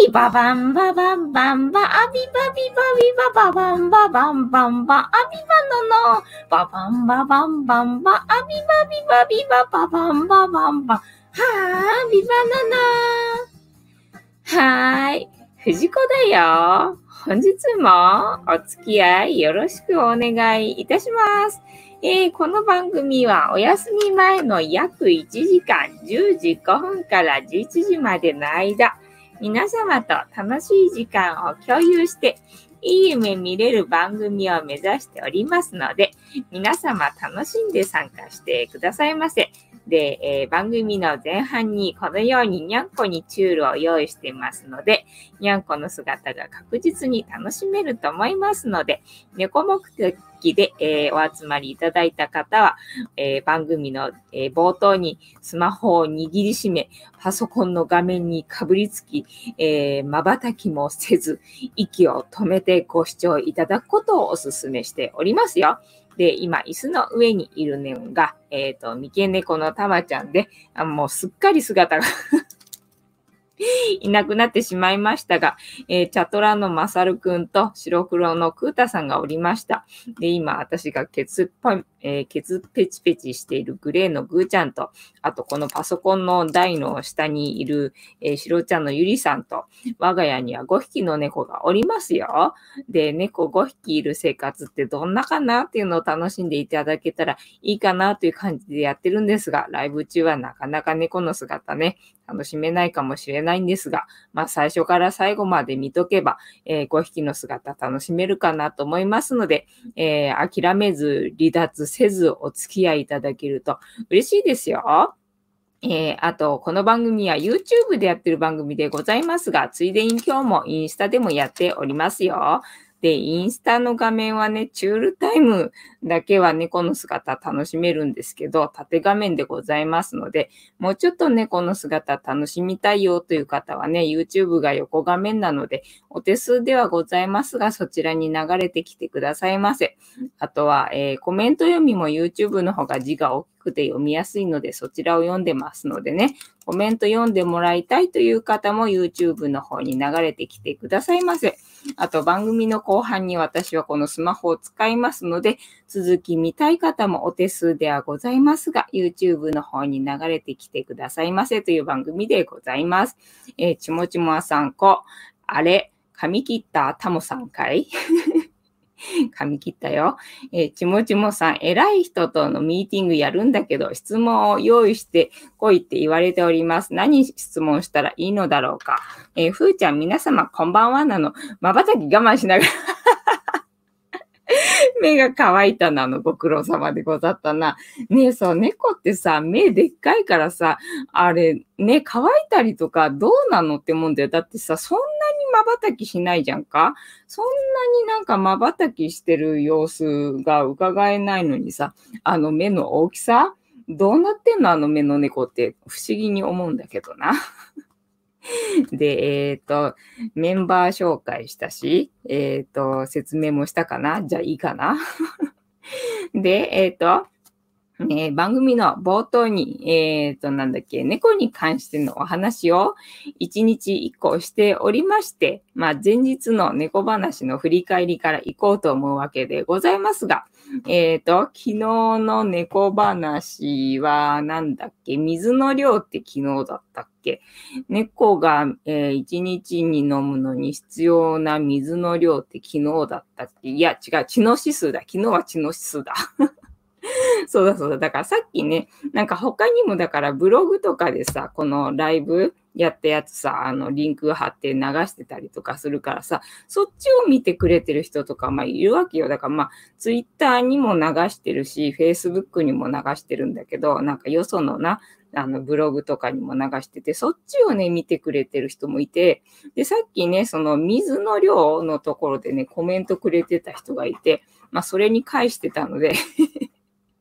ビババンババンバンバアビバビバビバババンババンバンバアビバナナババンババンバンバアビバビバビバババンババンバはービバナナはーい、藤子だよ。本日もお付き合いよろしくお願いいたします。この番組はお休み前の約1時間10時5分から11時までの間、皆様と楽しい時間を共有していい夢見れる番組を目指しておりますので、皆様楽しんで参加してくださいませ。で、番組の前半にこのようににゃんこにチュールを用意していますので、にゃんこの姿が確実に楽しめると思いますので、猫目的で、お集まりいただいた方は、番組の、冒頭にスマホを握りしめ、パソコンの画面にかぶりつき、瞬きもせず、息を止めてご視聴いただくことをお勧めしておりますよ。で、今、椅子の上にいるのが、三毛猫のたまちゃんで、もうすっかり姿がいなくなってしまいましたが、チャトラのマサルくんと白黒のクータさんがおりました。で、今、私がケツペチペチしているグレーのグーちゃんと、あとこのパソコンの台の下にいる、白ちゃんのゆりさんと、我が家には5匹の猫がおりますよ。で、猫5匹いる生活ってどんなかなっていうのを楽しんでいただけたらいいかなという感じでやってるんですが、ライブ中はなかなか猫の姿ね、楽しめないかもしれないんですが、最初から最後まで見とけば、5匹の姿楽しめるかなと思いますので、諦めず離脱せずお付き合いいただけると嬉しいですよ。あと、この番組は YouTube でやってる番組でございますが、ついでに今日もインスタでもやっておりますよ。で、インスタの画面はね、チュールタイムだけは猫の姿楽しめるんですけど、縦画面でございますので、もうちょっと猫の姿楽しみたいよという方はね、YouTube が横画面なので、お手数ではございますが、そちらに流れてきてくださいませ。あとは、コメント読みも YouTube の方が字が大きくて読みやすいので、そちらを読んでますのでね、コメント読んでもらいたいという方も YouTube の方に流れてきてくださいませ。あと番組の後半に私はこのスマホを使いますので、続き見たい方もお手数ではございますが、YouTube の方に流れてきてくださいませという番組でございます。ちもちもあさんこ、あれ、髪切ったタモさんかい髪切ったよ。ちもちもさん、偉い人とのミーティングやるんだけど、質問を用意してこいって言われております。何質問したらいいのだろうか。ふーちゃん、皆様こんばんはなの。瞬き我慢しながら目が乾いたなの、ご苦労様でござったな。ねえ、そう、猫ってさ、目でっかいからさ、あれ、ね、乾いたりとかどうなのって思うんだよ。だってさ、そんなに瞬きしないじゃんか。そんなになんか瞬きしてる様子が伺えないのにさ、あの目の大きさどうなってんのあの目の猫って不思議に思うんだけどな。で、メンバー紹介したし、説明もしたかなじゃあいいかなで、番組の冒頭に、なんだっけ、猫に関してのお話を1日1個しておりまして、前日の猫話の振り返りから行こうと思うわけでございますが、昨日の猫話は、なんだっけ、水の量って昨日だったっけ猫が、1日に飲むのに必要な水の量って昨日だったっけいや、違う、知の指数だ。昨日は知の指数だ。そうだそうだ。だからさっきね、なんか他にもだからブログとかでさ、このライブやったやつさ、リンク貼って流してたりとかするからさ、そっちを見てくれてる人とか、いるわけよ。だからツイッターにも流してるし、フェイスブックにも流してるんだけど、なんかよそのな、ブログとかにも流してて、そっちをね、見てくれてる人もいて、で、さっきね、その水の量のところでね、コメントくれてた人がいて、それに返してたので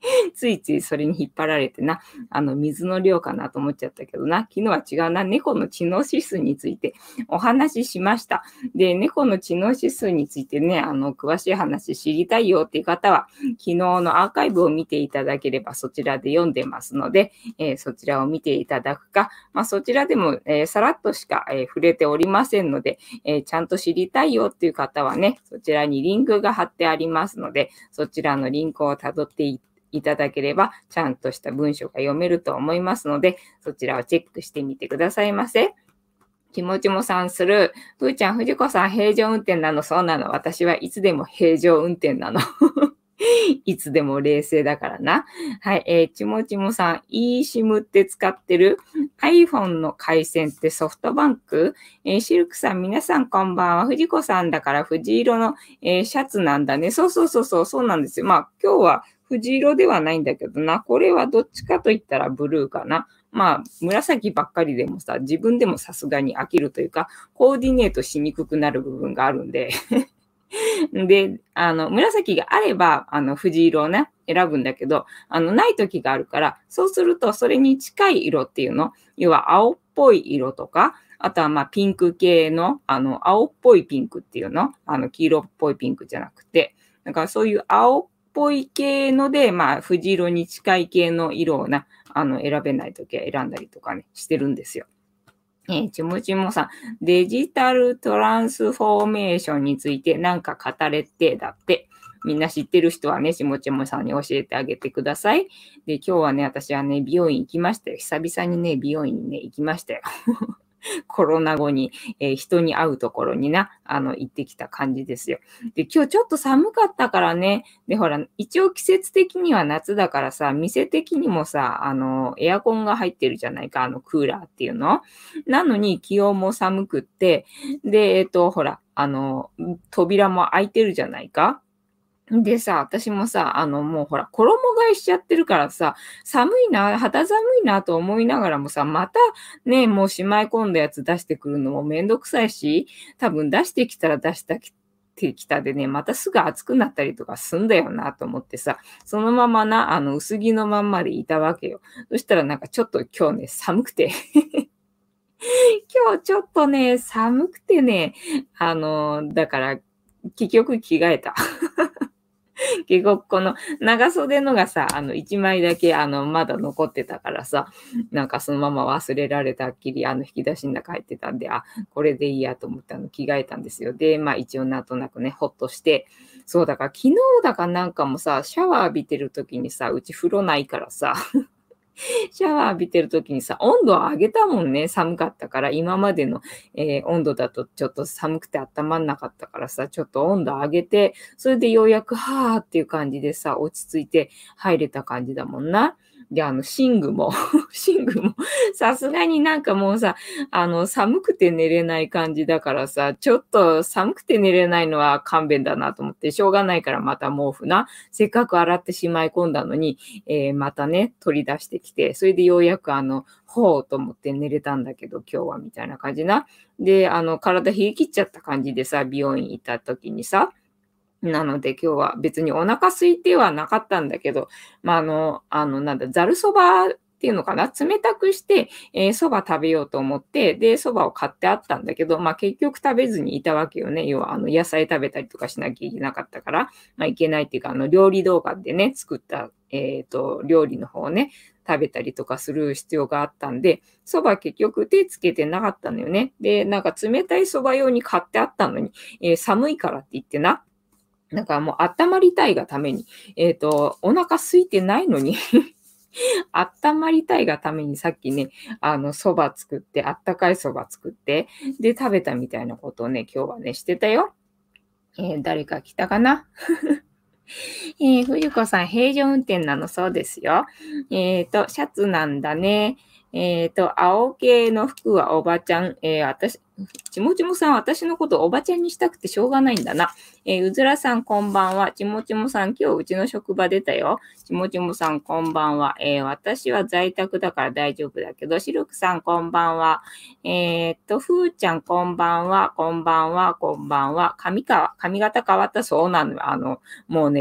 ついついそれに引っ張られてな、水の量かなと思っちゃったけどな、昨日は違うな、猫の知能指数についてお話ししました。で、猫の知能指数についてね、詳しい話知りたいよっていう方は、昨日のアーカイブを見ていただければそちらで読んでますので、そちらを見ていただくか、そちらでも、さらっとしか、触れておりませんので、ちゃんと知りたいよっていう方はね、そちらにリンクが貼ってありますので、そちらのリンクをたどっていただければ、ちゃんとした文章が読めると思いますので、そちらをチェックしてみてくださいませ。ちもちもさんする。ふーちゃん、ふじこさん、平常運転なの？そうなの。私はいつでも平常運転なの。いつでも冷静だからな。はい、ちもちもさん、eSIM って使ってる？ iPhone の回線ってソフトバンク？シルクさん、皆さんこんばんは。藤子さんだから藤色の、シャツなんだね。そうなんですよ。今日は藤色ではないんだけどな。これはどっちかと言ったらブルーかな。紫ばっかりでもさ、自分でもさすがに飽きるというか、コーディネートしにくくなる部分があるんで、で、紫があれば、藤色をね、選ぶんだけど、ない時があるから、そうすると、それに近い色っていうの、要は青っぽい色とか、あとはピンク系の、青っぽいピンクっていうの、黄色っぽいピンクじゃなくて、だからそういう青っぽい系ので、藤色に近い系の色を選べない時は選んだりとかね、してるんですよ。ちもちもさん、デジタルトランスフォーメーションについて何か語れってだって。みんな知ってる人はね、ちもちもさんに教えてあげてください。で、今日はね、私はね、美容院行きましたよ。久々にね、美容院にね、行きましたよ。コロナ後に、人に会うところに行ってきた感じですよ。で、今日ちょっと寒かったからね、で、ほら、一応季節的には夏だからさ、店的にもさ、エアコンが入ってるじゃないか、クーラーっていうの。なのに気温も寒くって、で、ほら、扉も開いてるじゃないか。でさ、私もさ、もうほら、衣替えしちゃってるからさ、寒いな、肌寒いなと思いながらもさ、またね、もうしまい込んだやつ出してくるのもめんどくさいし、多分出してきたら出してきたでね、またすぐ暑くなったりとかすんだよなと思ってさ、そのままな、薄着のまんまでいたわけよ。そしたらなんかちょっと今日ね、寒くて今日ちょっとね、寒くてね、だから、結局着替えた。結局この長袖のがさ、1枚だけまだ残ってたからさ、なんかそのまま忘れられたっきり引き出しの中入ってたんで、これでいいやと思って着替えたんですよ。で、一応なんとなくね、ほっとして、そうだから昨日だかなんかもさ、シャワー浴びてる時にさ、うち風呂ないからさ、シャワー浴びてる時にさ、温度を上げたもんね、寒かったから。今までの、温度だとちょっと寒くて温まんなかったからさ、ちょっと温度上げて、それでようやく、はーっていう感じでさ、落ち着いて入れた感じだもんな。で、寝具も寝具も、さすがになんかもうさ、寒くて寝れない感じだからさ、ちょっと寒くて寝れないのは勘弁だなと思って、しょうがないからまた毛布な。せっかく洗ってしまい込んだのに、またね、取り出してきて、それでようやくほうと思って寝れたんだけど、今日はみたいな感じな。で、体冷え切っちゃった感じでさ、美容院行った時にさ、なので今日は別にお腹空いてはなかったんだけど、なんだ、ざるそばっていうのかな、冷たくして、そば食べようと思って、で、そばを買ってあったんだけど、結局食べずにいたわけよね。要は、野菜食べたりとかしなきゃいけなかったから、いけないっていうか、料理動画でね、作った、料理の方をね、食べたりとかする必要があったんで、そば結局手つけてなかったのよね。で、なんか冷たいそば用に買ってあったのに、寒いからって言ってな、なんかもう温まりたいがために、お腹空いてないのに温まりたいがためにさっきね、蕎麦作って、あったかい蕎麦作って、で、食べたみたいなことをね、今日はね、してたよ。誰か来たかな冬子さん、平常運転なの？そうですよ。シャツなんだね。青系の服はおばちゃん。ちもちもさん、私のことおばちゃんにしたくてしょうがないんだな。うずらさん、こんばんは。ちもちもさん、今日うちの職場出たよ。ちもちもさん、こんばんは。私は在宅だから大丈夫だけど、しるくさん、こんばんは。ふーちゃん、こんばんは。こんばんは。こんばんは。髪型変わったそうなのよ。もうね、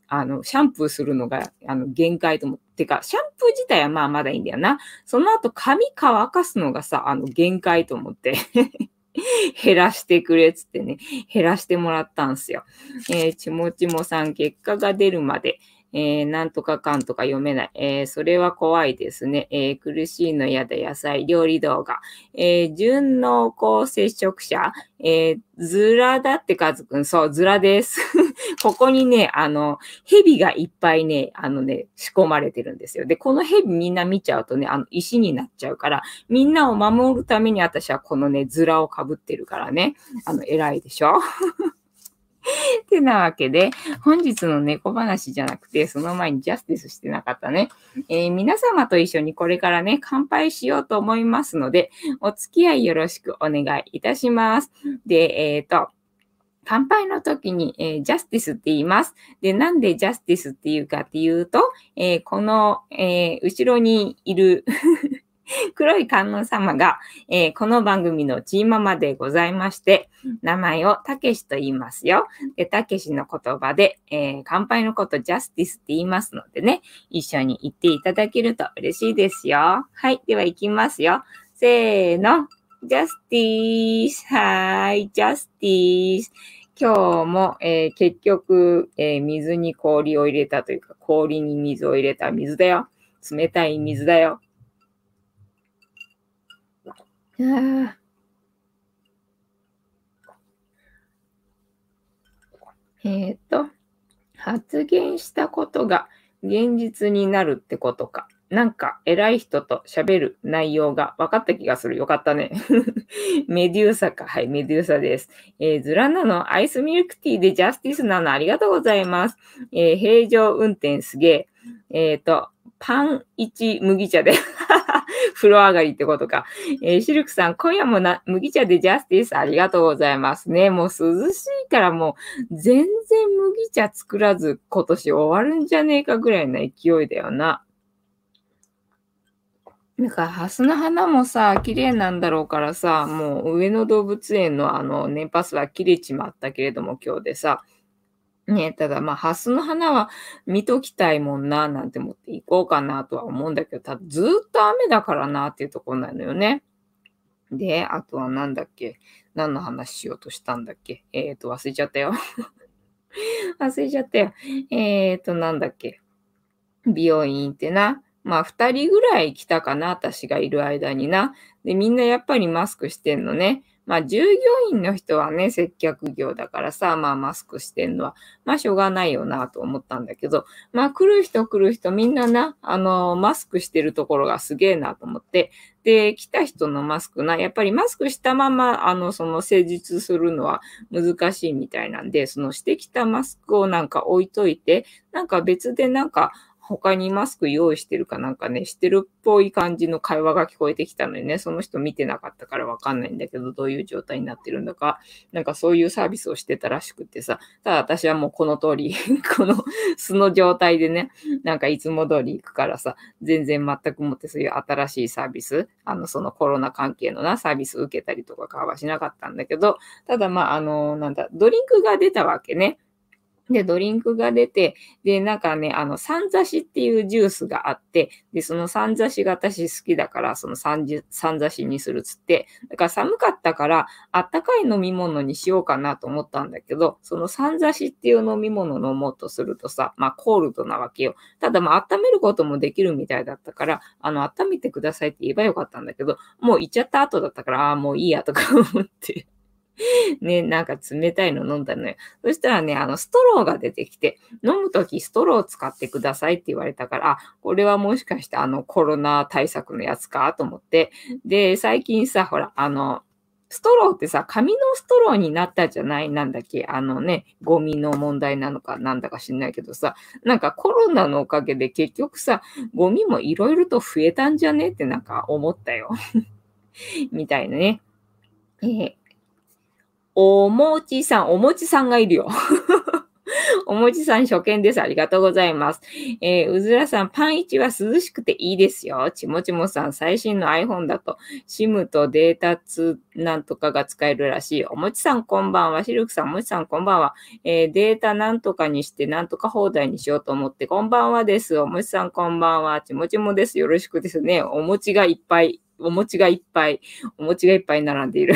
シャンプーするのが、限界と思って、か、シャンプー自体はまあまだいいんだよな。その後髪乾かすのがさ、限界と思って。減らしてくれっつってね、減らしてもらったんすよ。ちもちもさん、結果が出るまで、なんとかかんとか読めない。それは怖いですね。苦しいの嫌だ野菜料理動画。順濃厚接触者。ズラだってカズくん、そう、ズラです。ここにね、蛇がいっぱいね、仕込まれてるんですよ。で、この蛇みんな見ちゃうとね、石になっちゃうから、みんなを守るために私はこのね、ズラを被ってるからね、偉いでしょってなわけで、本日の猫話じゃなくて、その前にジャスティスしてなかったね。皆様と一緒にこれからね、乾杯しようと思いますので、お付き合いよろしくお願いいたします。で、乾杯の時に、ジャスティスって言います。で、なんでジャスティスって言うかっていうと、この、後ろにいる黒い観音様が、この番組のチーママでございまして、名前をたけしと言いますよ。で、たけしの言葉で、乾杯のことジャスティスって言いますのでね、一緒に言っていただけると嬉しいですよ。はい、では行きますよ。せーの。ジャスティス。はい、ジャスティス。今日も、結局、水に氷を入れたというか、氷に水を入れた水だよ。冷たい水だよ。発言したことが現実になるってことか。なんか偉い人と喋る内容が分かった気がする。よかったね。メデューサか。はい、メデューサです。ズラナのアイスミルクティーでジャスティスなのありがとうございます。平常運転すげえ。パン1麦茶で風呂上がりってことか。シルクさん、今夜も麦茶でジャスティスありがとうございますね。もう涼しいからもう全然麦茶作らず今年終わるんじゃねえかぐらいの勢いだよな。なんか、ハスの花もさ、綺麗なんだろうからさ、もう上野動物園の年パスは切れちまったけれども今日でさ、ね、ただまあ、ハスの花は見ときたいもんな、なんて思って行こうかなとは思うんだけど、ずーっと雨だからなっていうところなのよね。で、あとはなんだっけ何の話しようとしたんだっけ忘れちゃったよ。忘れちゃったよ。なんだっけ美容院ってな。まあ、2人ぐらい来たかな、私がいる間にな。で、みんなやっぱりマスクしてんのね。まあ、従業員の人はね、接客業だからさ、まあ、マスクしてんのは、まあ、しょうがないよな、と思ったんだけど、まあ、来る人、みんなな、マスクしてるところがすげえなと思って、で、来た人のマスクな、やっぱりマスクしたまま、施術するのは難しいみたいなんで、そのしてきたマスクをなんか置いといて、なんか別でなんか、他にマスク用意してるかなんかね、してるっぽい感じの会話が聞こえてきたのにね、その人見てなかったからわかんないんだけど、どういう状態になってるんだか、なんかそういうサービスをしてたらしくてさ、ただ私はもうこの通り、この素の状態でね、なんかいつも通り行くからさ、全然全くもってそういう新しいサービス、そのコロナ関係のな、サービスを受けたりとかはしなかったんだけど、ただまあ、ドリンクが出たわけね。で、ドリンクが出て、で、なんかね、サンザシっていうジュースがあって、で、そのサンザシが私好きだから、そのサンザシにするっつって、だから寒かったから、あったかい飲み物にしようかなと思ったんだけど、そのサンザシっていう飲み物を飲もうとするとさ、まあ、コールドなわけよ。ただ、まあ、温めることもできるみたいだったから、温めてくださいって言えばよかったんだけど、もう行っちゃった後だったから、ああ、もういいやとか思って。ね、なんか冷たいの飲んだのよ。そしたらね、ストローが出てきて、飲むときストローを使ってくださいって言われたから、あ、これはもしかしてコロナ対策のやつかと思って。で、最近さ、ほら、ストローってさ、紙のストローになったじゃないなんだっけゴミの問題なのかなんだか知んないけどさ、なんかコロナのおかげで結局さ、ゴミもいろいろと増えたんじゃねってなんか思ったよ。みたいなね。おもちさんがいるよ。 おもちさん初見です。ありがとうございます。うずらさん、パン1は涼しくていいですよ。ちもちもさん、最新の iPhone だと SIM とデータ通なんとかが使えるらしい。おもちさんこんばんは。シルクさん、おもちさんこんばんは。データなんとかにしてなんとか放題にしようと思って、こんばんはです。おもちさんこんばんは。ちもちもです。よろしくですね。お餅がいっぱい、お餅がいっぱい、お餅がいっぱい並んでいる。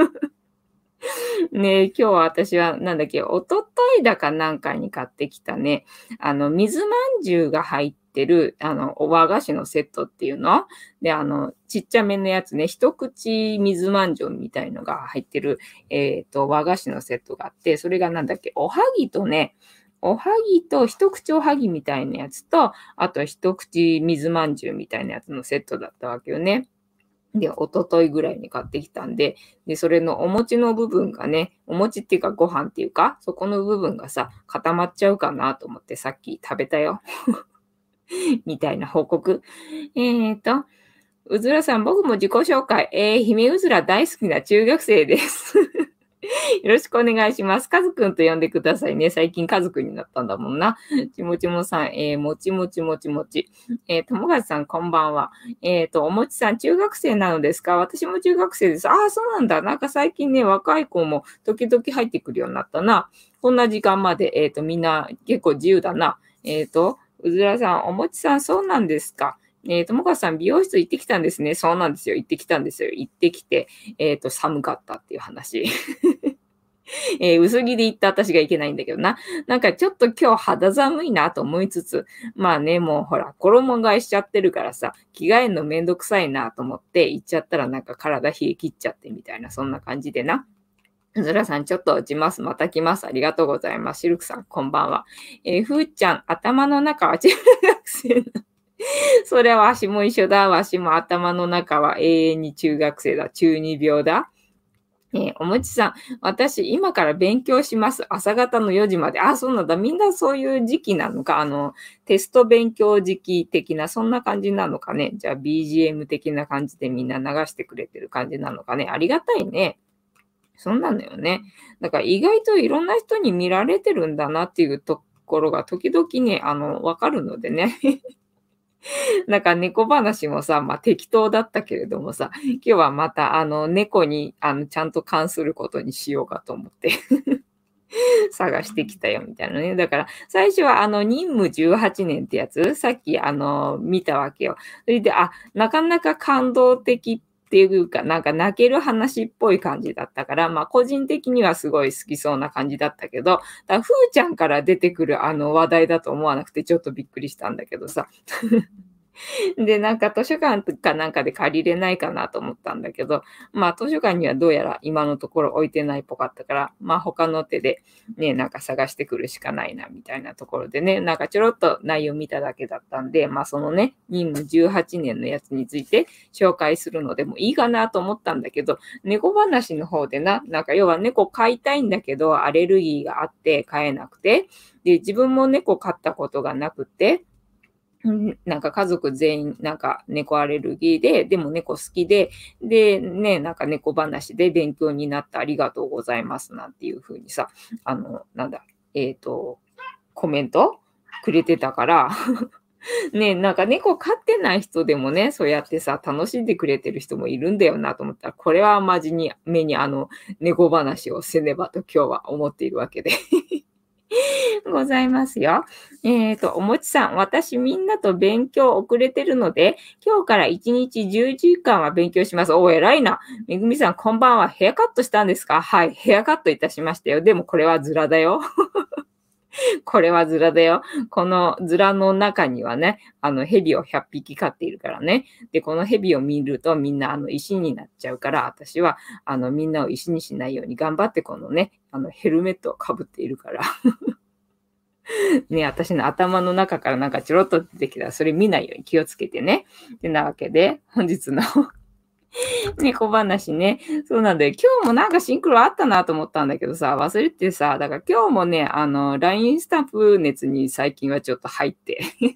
ね、今日は私はなんだっけ、おとといだかなんかに買ってきたね、水まんじゅうが入ってる、和菓子のセットっていうので、ちっちゃめのやつね、一口水まんじゅうみたいのが入ってる、和菓子のセットがあって、それがなんだっけ、おはぎとね、おはぎと一口おはぎみたいなやつと、あと一口水まんじゅうみたいなやつのセットだったわけよね。で、一昨日ぐらいに買ってきたんで、で、それのお餅の部分がね、お餅っていうかご飯っていうか、そこの部分がさ、固まっちゃうかなと思ってさっき食べたよ。みたいな報告。うずらさん、僕も自己紹介。姫うずら大好きな中学生です。よろしくお願いします。カズくんと呼んでくださいね。最近カズくんになったんだもんな。ちもちもさん、もちもちもちもち。ともがさん、こんばんは。おもちさん、中学生なのですか？私も中学生です。ああ、そうなんだ。なんか最近ね、若い子も時々入ってくるようになったな。こんな時間まで、みんな結構自由だな。うずらさん、おもちさん、そうなんですか？ともかさん、美容室行ってきたんですね。そうなんですよ。行ってきたんですよ。行ってきて、寒かったっていう話。薄着で行った私がいけないんだけどな。なんかちょっと今日肌寒いなと思いつつ、まあね、もうほら、衣替えしちゃってるからさ、着替えるのめんどくさいなと思って行っちゃったらなんか体冷え切っちゃってみたいな、そんな感じでな。ずらさん、ちょっと落ちます。また来ます。ありがとうございます。シルクさん、こんばんは。ふーちゃん、頭の中は中学生な。それはわしも一緒だ。わしも頭の中は永遠に中学生だ。中二病だ。おもちさん、私、今から勉強します。朝方の4時まで。あ、そうなんだ。みんなそういう時期なのか。テスト勉強時期的な、そんな感じなのかね。じゃあ、BGM 的な感じでみんな流してくれてる感じなのかね。ありがたいね。そんなのよね。だから意外といろんな人に見られてるんだなっていうところが時々ね、わかるのでね。なんか猫話もさ、まあ、適当だったけれどもさ、今日はまた猫にちゃんと関することにしようかと思って探してきたよみたいなね。だから最初は任務18年ってやつ、さっき見たわけよ。それで、なかなか感動的っていうか、なんか泣ける話っぽい感じだったから、まあ個人的にはすごい好きそうな感じだったけど、ふーちゃんから出てくる話題だと思わなくてちょっとびっくりしたんだけどさ。で、なんか図書館かなんかで借りれないかなと思ったんだけど、まあ図書館にはどうやら今のところ置いてないっぽかったから、まあ他の手でね、なんか探してくるしかないなみたいなところでね、なんかちょろっと内容見ただけだったんで、まあそのね、任務18年のやつについて紹介するのでもいいかなと思ったんだけど、猫話の方でなんか要は猫飼いたいんだけど、アレルギーがあって飼えなくて、で、自分も猫飼ったことがなくて、なんか家族全員なんか猫アレルギーで、でも猫好きで、で、ね、なんか猫話で勉強になってありがとうございますなんていう風にさ、なんだ、コメントくれてたからね、なんか猫飼ってない人でもね、そうやってさ、楽しんでくれてる人もいるんだよなと思ったら、これはマジに目に猫話をせねばと今日は思っているわけでございますよ。おもちさん、私みんなと勉強遅れてるので、今日から1日10時間は勉強します。お、偉いな。めぐみさん、こんばんは。ヘアカットしたんですか？はい、ヘアカットいたしましたよ。でもこれはズラだよ。これはズラだよ。このズラの中にはね、ヘビを100匹飼っているからね。で、このヘビを見るとみんな石になっちゃうから、私はみんなを石にしないように頑張ってこのね、ヘルメットをかぶっているから。ね、私の頭の中からなんかちょろっと出てきたら、それ見ないように気をつけてね。ってなわけで、本日の猫話ね。そうなんだよ。今日もなんかシンクロあったなと思ったんだけどさ、忘れてさ、だから今日もね、LINE スタンプ熱に最近はちょっと入って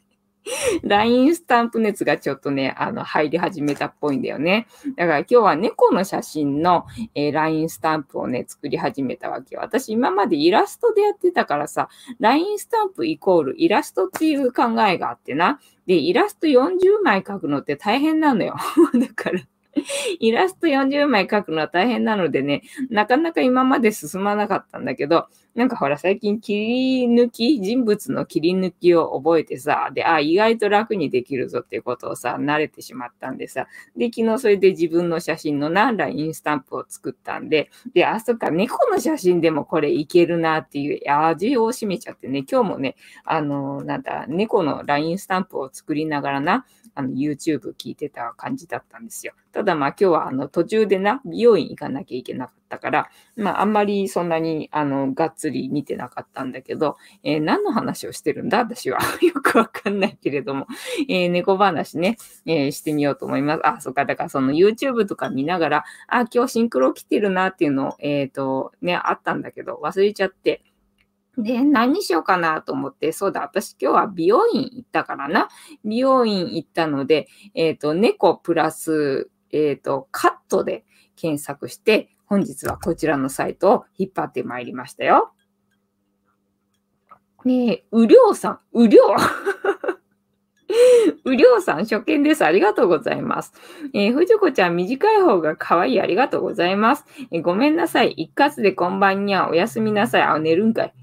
LINE スタンプ熱がちょっとね、入り始めたっぽいんだよね。だから今日は猫の写真の、LINE スタンプをね、作り始めたわけよ。私今までイラストでやってたからさ、LINE スタンプイコールイラストっていう考えがあってな。で、イラスト40枚描くのって大変なのよ。だからイラスト40枚描くのは大変なのでね、なかなか今まで進まなかったんだけど、なんかほら最近人物の切り抜きを覚えてさ、で、意外と楽にできるぞっていうことをさ、慣れてしまったんでさ、で、昨日それで自分の写真のLINE スタンプを作ったんで、で、そっか、猫の写真でもこれいけるなっていう味を占めちゃってね、今日もね、猫の LINE スタンプを作りながらな、YouTube 聞いてた感じだったんですよ。ただまあ今日は途中で美容院行かなきゃいけなかったから、まああんまりそんなにがっつり見てなかったんだけど、何の話をしてるんだ私は。よくわかんないけれども、猫話ね、してみようと思います。そうか、だからその YouTube とか見ながら、今日シンクロ来てるなっていうのを、あったんだけど、忘れちゃって、で、何にしようかなと思って、そうだ、私今日は美容院行ったからな。美容院行ったので、猫プラス、カットで検索して、本日はこちらのサイトを引っ張ってまいりましたよ。ねえ、うりょうさん、うりょううりょうさん、初見です。ありがとうございます。藤子ちゃん、短い方が可愛い。ありがとうございます。ごめんなさい。一括でこんばんにゃ。おやすみなさい。寝るんかい。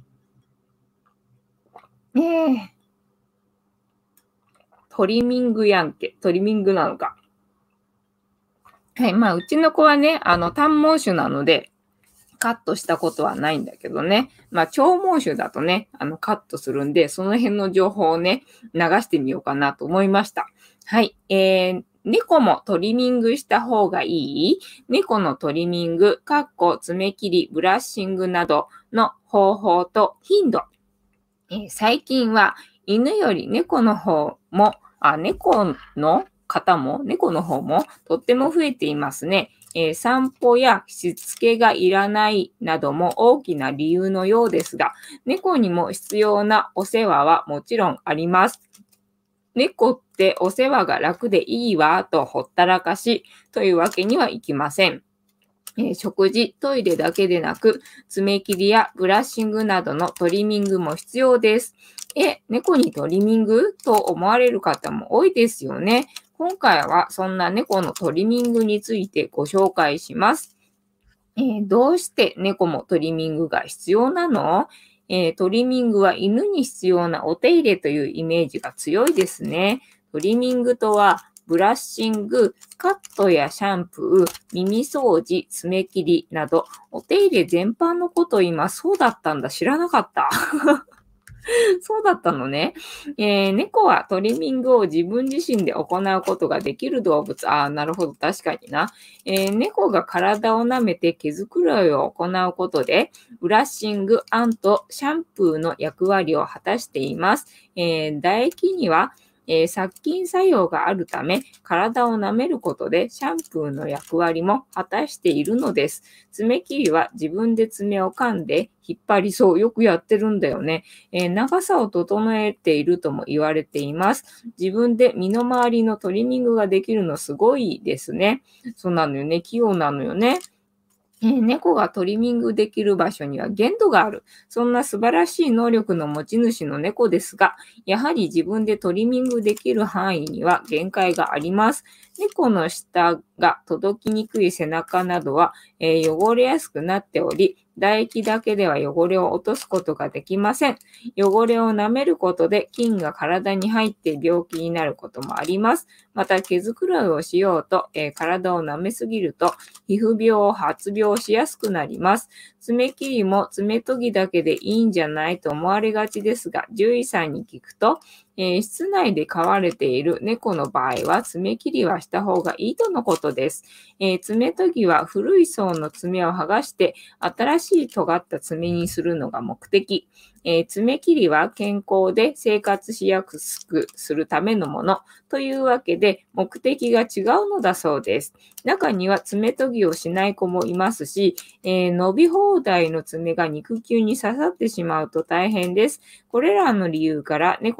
トリミングやんけ。トリミングなのか。はい。まあ、うちの子はね、短毛種なので、カットしたことはないんだけどね。まあ、長毛種だとね、カットするんで、その辺の情報をね、流してみようかなと思いました。はい。猫もトリミングした方がいい？猫のトリミング、爪切り、ブラッシングなどの方法と頻度。最近は犬より猫の方も、猫の方もとっても増えていますね。散歩やしつけがいらないなども大きな理由のようですが、猫にも必要なお世話はもちろんあります。猫ってお世話が楽でいいわとほったらかしというわけにはいきません。食事、トイレだけでなく、爪切りやブラッシングなどのトリミングも必要です。猫にトリミングと思われる方も多いですよね。今回はそんな猫のトリミングについてご紹介します。どうして猫もトリミングが必要なの？トリミングは犬に必要なお手入れというイメージが強いですね。トリミングとは、ブラッシング、カットやシャンプー、耳掃除、爪切りなど、お手入れ全般のことを言います。そうだったんだ。知らなかった。そうだったのね。猫はトリミングを自分自身で行うことができる動物。なるほど。確かにな。猫が体を舐めて毛づくろいを行うことで、ブラッシング、シャンプーの役割を果たしています。唾液には、殺菌作用があるため、体を舐めることでシャンプーの役割も果たしているのです。爪切りは自分で爪を噛んで引っ張りそう。よくやってるんだよね。長さを整えているとも言われています。自分で身の回りのトリミングができるのすごいですね。そうなのよね。器用なのよね。猫がトリミングできる場所には限度がある。そんな素晴らしい能力の持ち主の猫ですが、やはり自分でトリミングできる範囲には限界があります。猫の舌が届きにくい背中などは、汚れやすくなっており、唾液だけでは汚れを落とすことができません。汚れを舐めることで菌が体に入って病気になることもあります。また、毛づくろいをしようと、体を舐めすぎると、皮膚病、発病しやすくなります。爪切りも爪研ぎだけでいいんじゃないと思われがちですが、獣医さんに聞くと、室内で飼われている猫の場合は爪切りはした方がいいとのことです。爪研ぎは古い層の爪を剥がして新しい尖った爪にするのが目的。爪切りは健康で生活しやすくするためのものというわけで目的が違うのだそうです。中には爪研ぎをしない子もいますし、伸び放題の爪が肉球に刺さってしまうと大変です。これらの理由から猫にも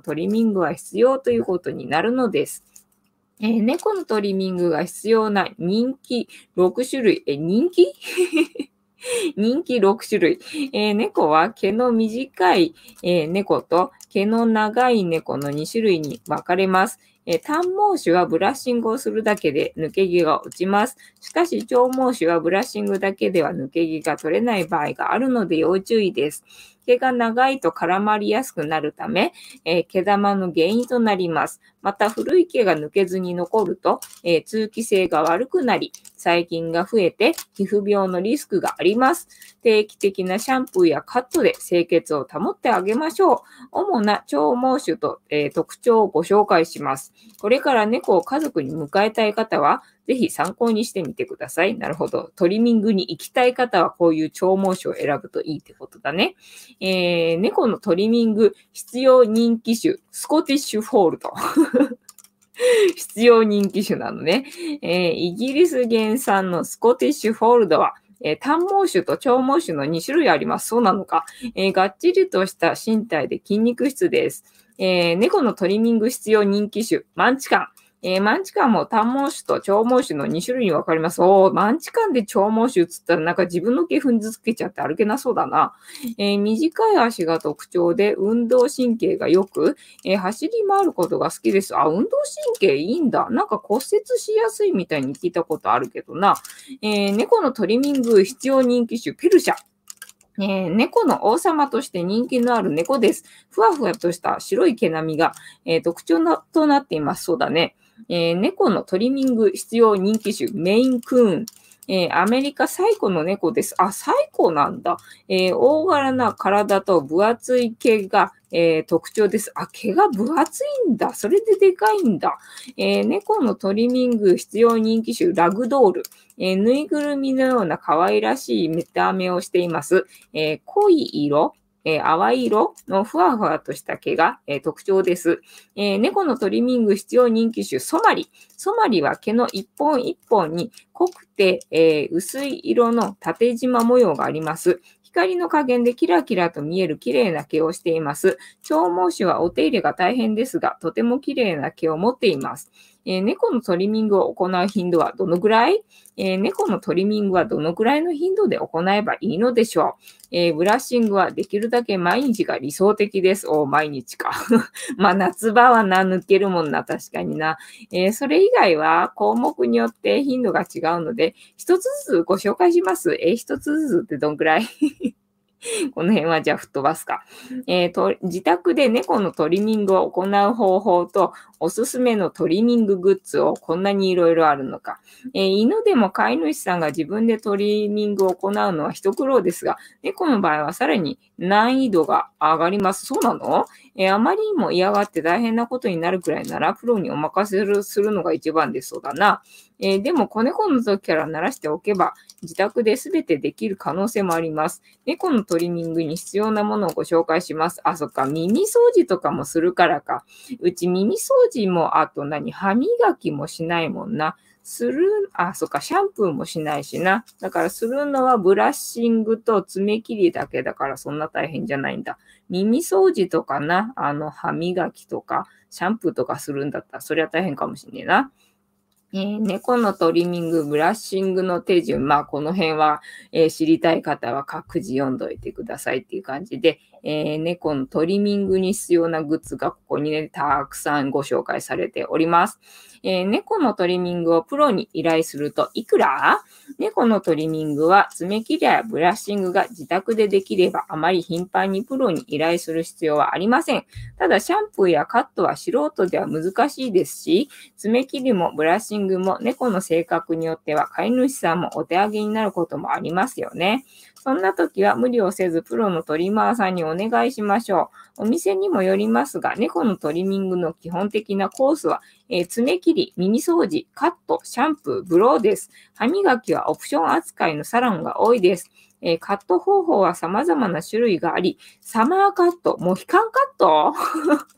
トリミングは必要ということになるのです。猫のトリミングが必要な人気6種類。人気人気6種類。猫は毛の短い、猫と毛の長い猫の2種類に分かれます。短毛種はブラッシングをするだけで抜け毛が落ちます。しかし、長毛種はブラッシングだけでは抜け毛が取れない場合があるので要注意です。毛が長いと絡まりやすくなるため、毛玉の原因となります。また、古い毛が抜けずに残ると、通気性が悪くなり、細菌が増えて皮膚病のリスクがあります。定期的なシャンプーやカットで清潔を保ってあげましょう。主な長毛種と、特徴をご紹介します。これから猫を家族に迎えたい方は、ぜひ参考にしてみてください。なるほど。トリミングに行きたい方は、こういう長毛種を選ぶといいってことだね。猫のトリミング必要人気種、スコティッシュフォールド。必要人気種なのね。イギリス原産のスコティッシュフォールドは、短毛種と長毛種の2種類あります。そうなのか。がっちりとした身体で筋肉質です。猫のトリミング必要人気種、マンチカン。マンチカンも短毛種と長毛種の2種類に分かります。マンチカンで長毛種つったらなんか自分の毛踏んづけちゃって歩けなそうだな。短い足が特徴で運動神経が良く、走り回ることが好きです。運動神経いいんだ。なんか骨折しやすいみたいに聞いたことあるけどな。猫のトリミング必要人気種、ペルシャ。猫の王様として人気のある猫です。ふわふわとした白い毛並みが、特徴となっています。そうだね。猫のトリミング必要人気種、メインクーン。アメリカ最古の猫です。最古なんだ。大柄な体と分厚い毛が、特徴です。毛が分厚いんだ。それででかいんだ。猫のトリミング必要人気種、ラグドール。ぬいぐるみのような可愛らしい見た目をしています。濃い色、淡い色のふわふわとした毛が、特徴です。猫のトリミング必要人気種、ソマリ。ソマリは毛の一本一本に濃くて、薄い色の縦縞模様があります。光の加減でキラキラと見える綺麗な毛をしています。長毛種はお手入れが大変ですが、とても綺麗な毛を持っています。猫のトリミングを行う頻度はどのぐらい？猫のトリミングはどのぐらいの頻度で行えばいいのでしょう？ブラッシングはできるだけ毎日が理想的です。毎日か。まあ夏場は抜けるもんな、確かにな。それ以外は項目によって頻度が違うので、一つずつご紹介します。一つずつってどんぐらい？この辺はじゃあ吹っ飛ばすか。自宅で猫のトリミングを行う方法と、おすすめのトリミンググッズをこんなにいろいろあるのか。犬でも飼い主さんが自分でトリミングを行うのは一苦労ですが、猫の場合はさらに難易度が上がります。そうなの？あまりにも嫌がって大変なことになるくらいなら、プロにお任せするのが一番でそうだな。でも子猫の時から慣らしておけば、自宅で全てできる可能性もあります。猫のトリミングに必要なものをご紹介します。そっか、耳掃除とかもするからか。うち耳掃除も、歯磨きもしないもんな。そっか、シャンプーもしないしな。だからするのはブラッシングと爪切りだけだからそんな大変じゃないんだ。耳掃除とかな、歯磨きとか、シャンプーとかするんだったら、そりゃ大変かもしんねえな。猫のトリミング、ブラッシングの手順。この辺は、知りたい方は各自読んどいてくださいっていう感じで、猫のトリミングに必要なグッズがここにね、たくさんご紹介されております。猫のトリミングをプロに依頼するといくら？猫のトリミングは爪切りやブラッシングが自宅でできればあまり頻繁にプロに依頼する必要はありません。ただシャンプーやカットは素人では難しいですし、爪切りもブラッシングも猫の性格によっては飼い主さんもお手上げになることもありますよね。そんな時は無理をせずプロのトリマーさんにお願いしましょう。お店にもよりますが、猫のトリミングの基本的なコースは、爪切り、耳掃除、カット、シャンプー、ブローです。歯磨きはオプション扱いのサロンが多いです。カット方法は様々な種類があり、サマーカット、モヒカンカット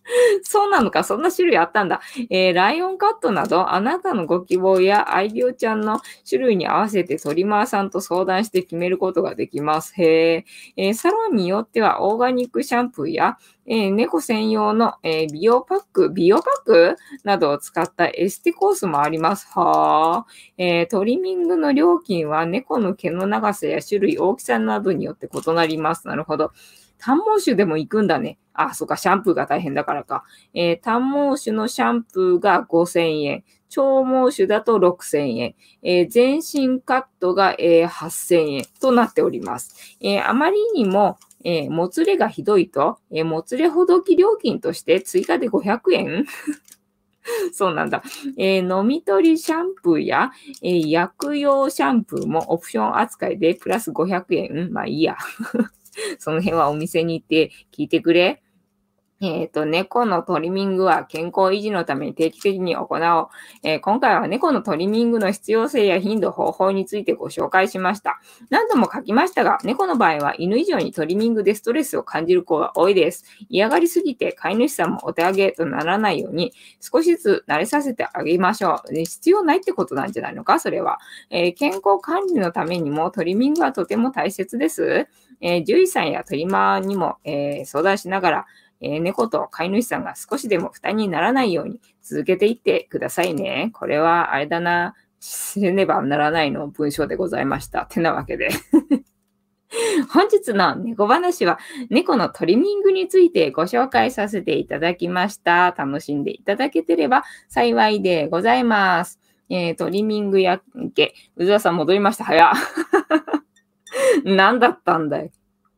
そうなのか、そんな種類あったんだ。ライオンカットなど、あなたのご希望やアイディオちゃんの種類に合わせてトリマーさんと相談して決めることができます。へー。サロンによってはオーガニックシャンプーや、猫専用の、美容パックなどを使ったエステコースもあります。はあ。トリミングの料金は猫の毛の長さや種類、大きさなどによって異なります。なるほど。短毛種でも行くんだね。あ、そうか、シャンプーが大変だからか。短毛種のシャンプーが5000円。長毛種だと6000円。全身カットが、8000円となっております。あまりにも、もつれがひどいと、もつれほどき料金として追加で500円そうなんだ。飲み取りシャンプーや、薬用シャンプーもオプション扱いでプラス500円。まあいいや。その辺はお店に行って聞いてくれ。猫のトリミングは健康維持のために定期的に行おう。今回は猫のトリミングの必要性や頻度、方法についてご紹介しました。何度も書きましたが、猫の場合は犬以上にトリミングでストレスを感じる子が多いです。嫌がりすぎて飼い主さんもお手上げとならないように、少しずつ慣れさせてあげましょう。必要ないってことなんじゃないのか、それは。健康管理のためにもトリミングはとても大切です。獣医さんやトリマーにも、相談しながら、猫と飼い主さんが少しでも負担にならないように続けていってくださいね。これはあれだな。せねばならないの文章でございました。てなわけで。本日の猫話は猫のトリミングについてご紹介させていただきました。楽しんでいただけてれば幸いでございます。トリミングやけ、うずらさん戻りました。早っ。何だったんだよ。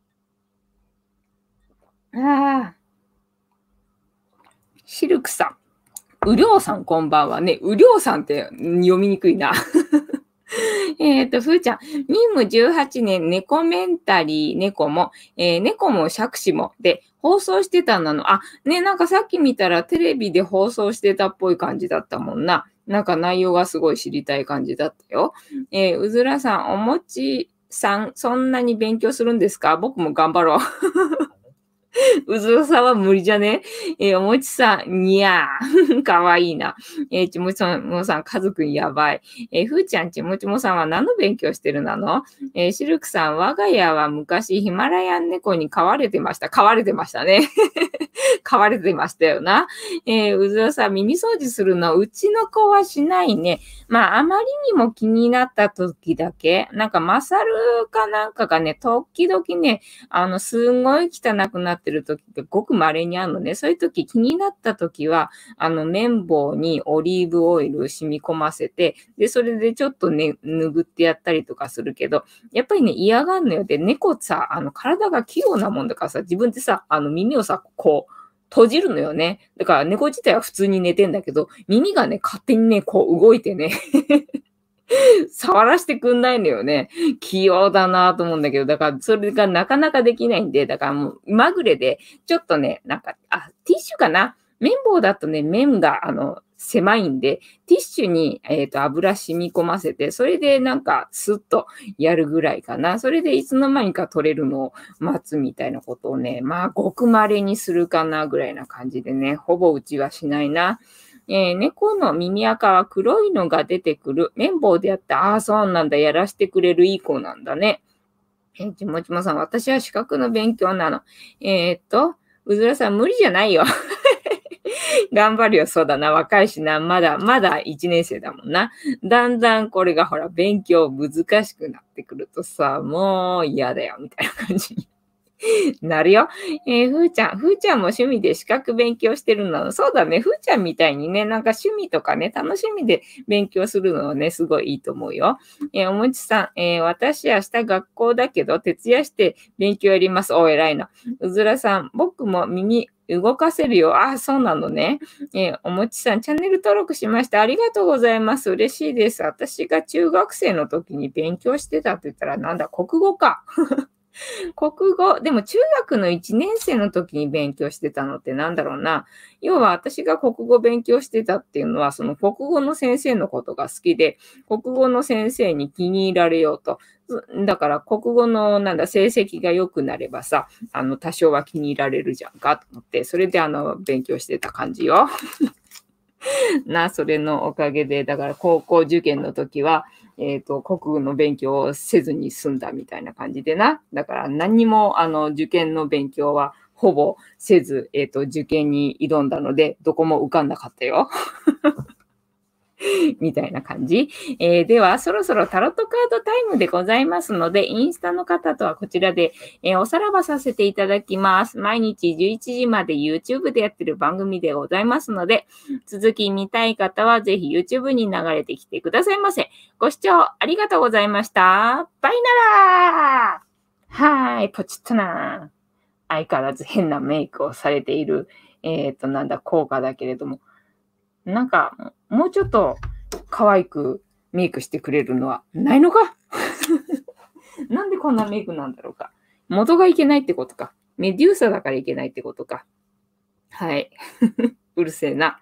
ああ。シルクさん。うりょうさんこんばんはね。うりょうさんって読みにくいな。ふーちゃん。任務18年、猫メンタリー、猫も、猫も杓子も、で、放送してたの。あ、ね、なんかさっき見たらテレビで放送してたっぽい感じだったもんな。なんか内容がすごい知りたい感じだったよ。うずらさん、おもちさん、そんなに勉強するんですか？僕も頑張ろう。うずらさんは無理じゃね？おもちさん、にゃー。かわいいな。ちもちもさん、かずくんやばい。ふーちゃん、ちもちもさんは何の勉強してるの？シルクさん、我が家は昔ヒマラヤン猫に飼われてました。飼われてましたね。飼われてましたよな。うずらさん、耳掃除するの、うちの子はしないね。まあ、あまりにも気になった時だけ、なんか、マサルかなんかがね、時々ね、すんごい汚くなってる時がごく稀にあるのね。そういう時気になった時は、綿棒にオリーブオイル染み込ませて、で、それでちょっとね、拭ってやったりとかするけど、やっぱりね、嫌がんのよ。で、猫さ、体が器用なもんだからさ、自分でさ、耳をさ、こう、閉じるのよね。だから猫自体は普通に寝てんだけど、耳がね、勝手にね、こう動いてね触らせてくんないのよね。器用だなと思うんだけど、だからそれがなかなかできないんで、だからもうまぐれで、ちょっとね、なんか、ティッシュかな？綿棒だとね、面が狭いんで、ティッシュに、油染み込ませて、それでなんかスッとやるぐらいかな。それでいつの間にか取れるのを待つみたいなことをね、まあ、ごく稀にするかなぐらいな感じでね、ほぼうちはしないな。猫の耳垢は黒いのが出てくる。綿棒でやって、ああ、そうなんだ。やらせてくれるいい子なんだね。ちもちもさん、私は資格の勉強なの。うずらさん、無理じゃないよ。頑張るよ、そうだな。若いしな。まだ1年生だもんな。だんだんこれがほら、勉強難しくなってくるとさ、もう嫌だよ、みたいな感じになるよ。ふーちゃんも趣味で資格勉強してるの。そうだね。ふーちゃんみたいにね、なんか趣味とかね、楽しみで勉強するのはね、すごいいいと思うよ。おもちさん、私明日学校だけど、徹夜して勉強やります。お、偉いな。うずらさん、僕も耳動かせるよ。あ、そうなのね。おもちさん、チャンネル登録しました。ありがとうございます。嬉しいです。私が中学生の時に勉強してたって言ったら、なんだ、国語か。 国語、でも中学の1年生の時に勉強してたのってなんだろうな。要は私が国語勉強してたっていうのは、その国語の先生のことが好きで、国語の先生に気に入られようと。だから国語の成績が良くなればさ、多少は気に入られるじゃんかと思って、それで勉強してた感じよ。それのおかげで、だから高校受験の時は、国語の勉強をせずに済んだみたいな感じでな。だから何にも、受験の勉強はほぼせず、受験に挑んだので、どこも受かんなかったよ。みたいな感じ。では、そろそろタロットカードタイムでございますので、インスタの方とはこちらで、おさらばさせていただきます。毎日11時まで YouTube でやってる番組でございますので、続き見たい方はぜひ YouTube に流れてきてくださいませ。ご視聴ありがとうございました。バイナラー。はーい、ポチッとな。相変わらず変なメイクをされている、効果だけれども。なんか、もうちょっと可愛くメイクしてくれるのはないのかなんでこんなメイクなんだろうか。元がいけないってことか。メデューサだからいけないってことか。はい。うるせえな。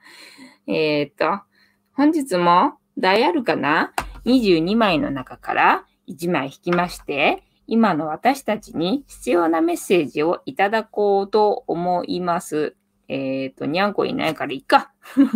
本日もダイヤルかな ?22 枚の中から1枚引きまして、今の私たちに必要なメッセージをいただこうと思います。にゃんこいないからいいか。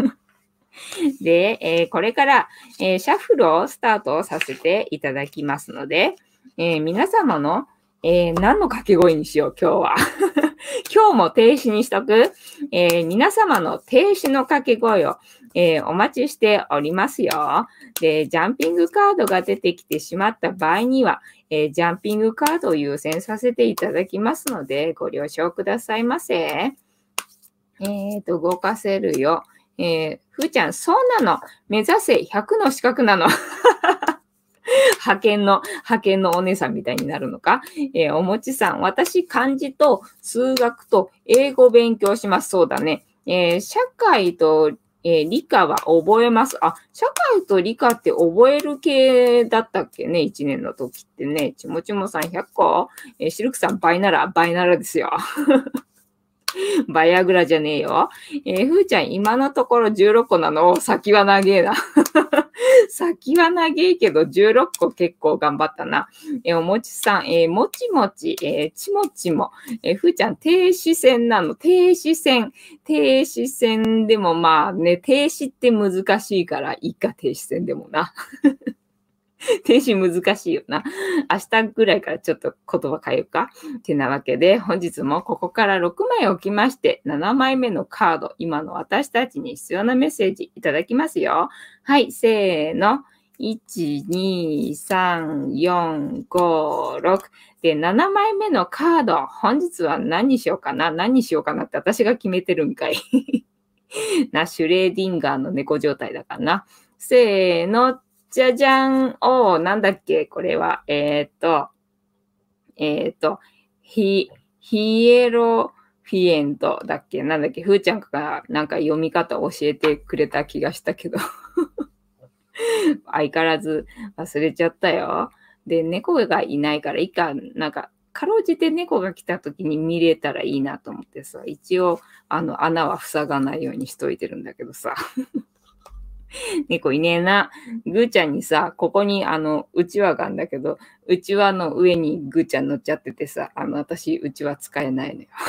で、これから、シャッフルをスタートさせていただきますので、皆様の、何の掛け声にしよう、今日は。今日も停止にしとく、皆様の停止の掛け声を、お待ちしておりますよ。で、ジャンピングカードが出てきてしまった場合には、ジャンピングカードを優先させていただきますので、ご了承くださいませ。動かせるよ。ふーちゃん、そうなの。目指せ100の資格なの。派遣のお姉さんみたいになるのか。おもちさん、私、漢字と数学と英語勉強します。そうだね。社会と、理科は覚えます。あ、社会と理科って覚える系だったっけね ?1 年の時ってね。ちもちもさん100個シルクさん倍ならですよ。バイアグラじゃねえよ。ふーちゃん、今のところ16個なの。先は長えな。先は長えけど、16個結構頑張ったな。おもちさん、もちもち、ちもちも。ふーちゃん、停止線なの。停止線。停止線でもまあね、停止って難しいから、いいか、停止線でもな。停止難しいよな。明日ぐらいからちょっと言葉変えようか。てなわけで、本日もここから6枚置きまして、7枚目のカード、今の私たちに必要なメッセージいただきますよ。はい、せーの。1、2、3、4、5、6。で、7枚目のカード、本日は何にしようかなって私が決めてるんかい。シュレーディンガーの猫状態だからな。せーの。じゃじゃん。なんだっけこれは。ヒエロフィエントだっけなんだっけふーちゃんがなんか読み方教えてくれた気がしたけど。相変わらず忘れちゃったよ。で、猫がいないからいいか、なんか、かろうじて猫が来た時に見れたらいいなと思ってさ、一応、穴は塞がないようにしといてるんだけどさ。猫いねえな。ぐーちゃんにさ、ここにうちわがあるんだけど、うちわの上にぐーちゃん乗っちゃっててさ、私、うちわ使えないのよ。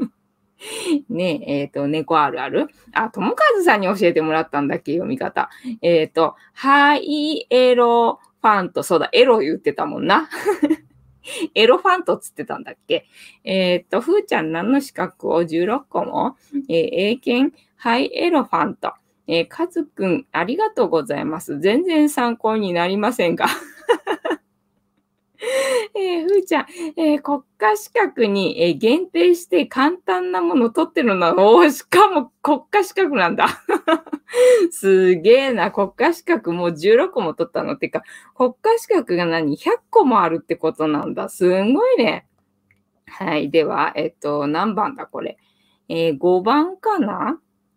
ねえ、猫あるあるともかずさんに教えてもらったんだっけ、読み方。ハイエロファント。そうだ、エロ言ってたもんな。エロファントっつってたんだっけ。ふーちゃん何の資格を16個も、英検ハイエロファント。かずくん、ありがとうございます。全然参考になりませんが。ふーちゃん、国家資格に、限定して簡単なもの取ってるのしかも国家資格なんだ。すげえな、国家資格もう16個も取ったのってか、国家資格が100個もあるってことなんだ。すんごいね。はい。では、何番だこれ。5番かな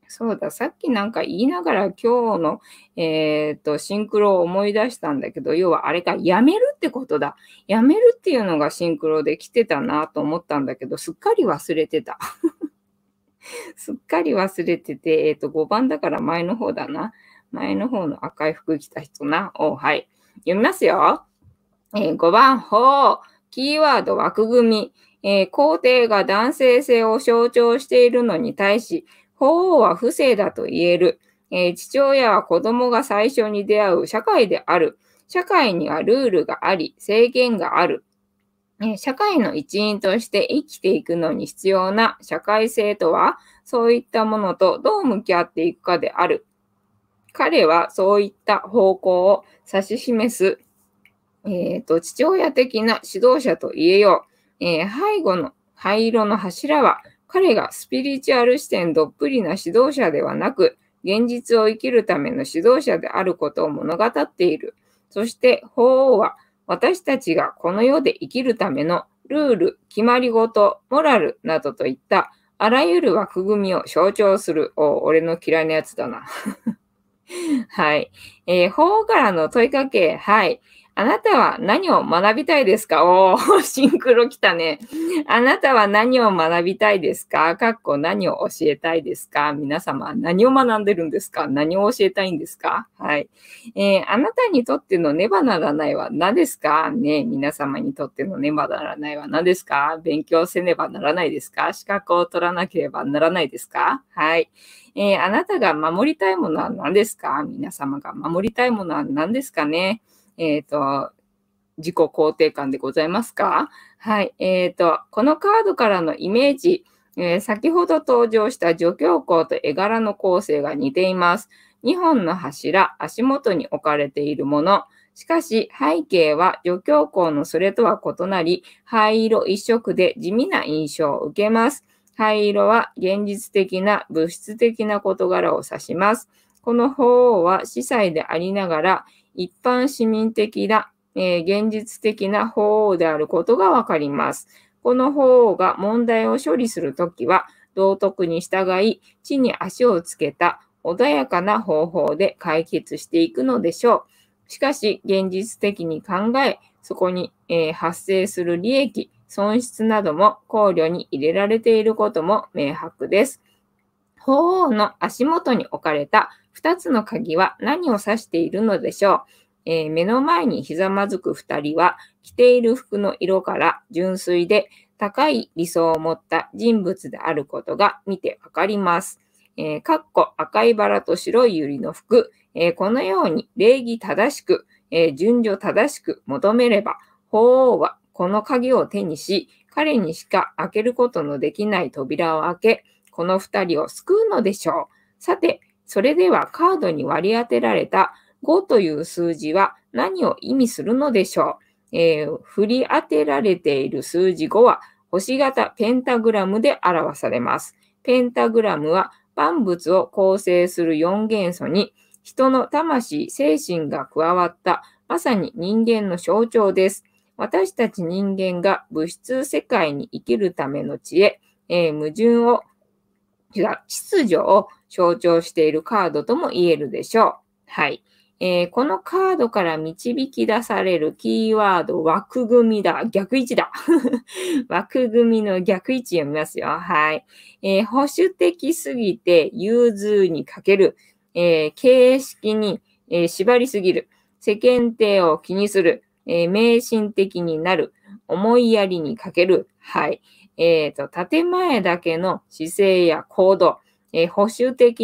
そうだ、さっきなんか言いながら今日の、シンクロを思い出したんだけど、要はあれか、やめるってことだ。やめるっていうのがシンクロで来てたなと思ったんだけど、すっかり忘れてた。すっかり忘れてて、5番だから前の方だな。前の方の赤い服着た人な。はい。読みますよ。5番、キーワード枠組み。皇帝が男性性を象徴しているのに対し、法王は不正だと言える。父親は子供が最初に出会う社会である。社会にはルールがあり、制限がある。社会の一員として生きていくのに必要な社会性とは、そういったものとどう向き合っていくかである。彼はそういった方向を指し示す、父親的な指導者と言えよう。背後の灰色の柱は、彼がスピリチュアル視点どっぷりな指導者ではなく、現実を生きるための指導者であることを物語っている。そして、法王は、私たちがこの世で生きるためのルール、決まり事、モラルなどといったあらゆる枠組みを象徴する。俺の嫌いなやつだな。はい。法からの問いかけ。はい。あなたは何を学びたいですか？シンクロ来たね。あなたは何を学びたいですか？何を教えたいですか？皆様、何を学んでるんですか？何を教えたいんですか？はい。あなたにとってのねばならないは何ですかね？皆様にとってのねばならないは何ですか？勉強せねばならないですか？資格を取らなければならないですか？はい。あなたが守りたいものは何ですか？皆様が守りたいものは何ですかね？自己肯定感でございますか？はい。このカードからのイメージ、先ほど登場した助教皇と絵柄の構成が似ています。2本の柱、足元に置かれているもの。しかし、背景は助教皇のそれとは異なり、灰色一色で地味な印象を受けます。灰色は現実的な物質的な事柄を指します。この法王は司祭でありながら、一般市民的な、現実的な法王であることがわかります。この法王が問題を処理するときは、道徳に従い、地に足をつけた穏やかな方法で解決していくのでしょう。しかし、現実的に考え、そこに、発生する利益、損失なども考慮に入れられていることも明白です。法王の足元に置かれた2つの鍵は何を指しているのでしょう？目の前にひざまずく2人は着ている服の色から純粋で高い理想を持った人物であることが見てわかります。赤いバラと白い百合の服、このように礼儀正しく、順序正しく求めれば、法王はこの鍵を手にし、彼にしか開けることのできない扉を開け、この2人を救うのでしょう。さて、それではカードに割り当てられた5という数字は何を意味するのでしょう？振り当てられている数字5は星型ペンタグラムで表されます。ペンタグラムは万物を構成する4元素に人の魂、精神が加わったまさに人間の象徴です。私たち人間が物質世界に生きるための知恵、矛盾を秩序を象徴しているカードとも言えるでしょう。はい。このカードから導き出されるキーワード、枠組みだ。逆位置だ。枠組みの逆位置読みますよ。はい。保守的すぎて融通に欠ける。形式に、縛りすぎる。世間体を気にする。迷信的になる。思いやりに欠ける。はい。建前だけの姿勢や行動、保守的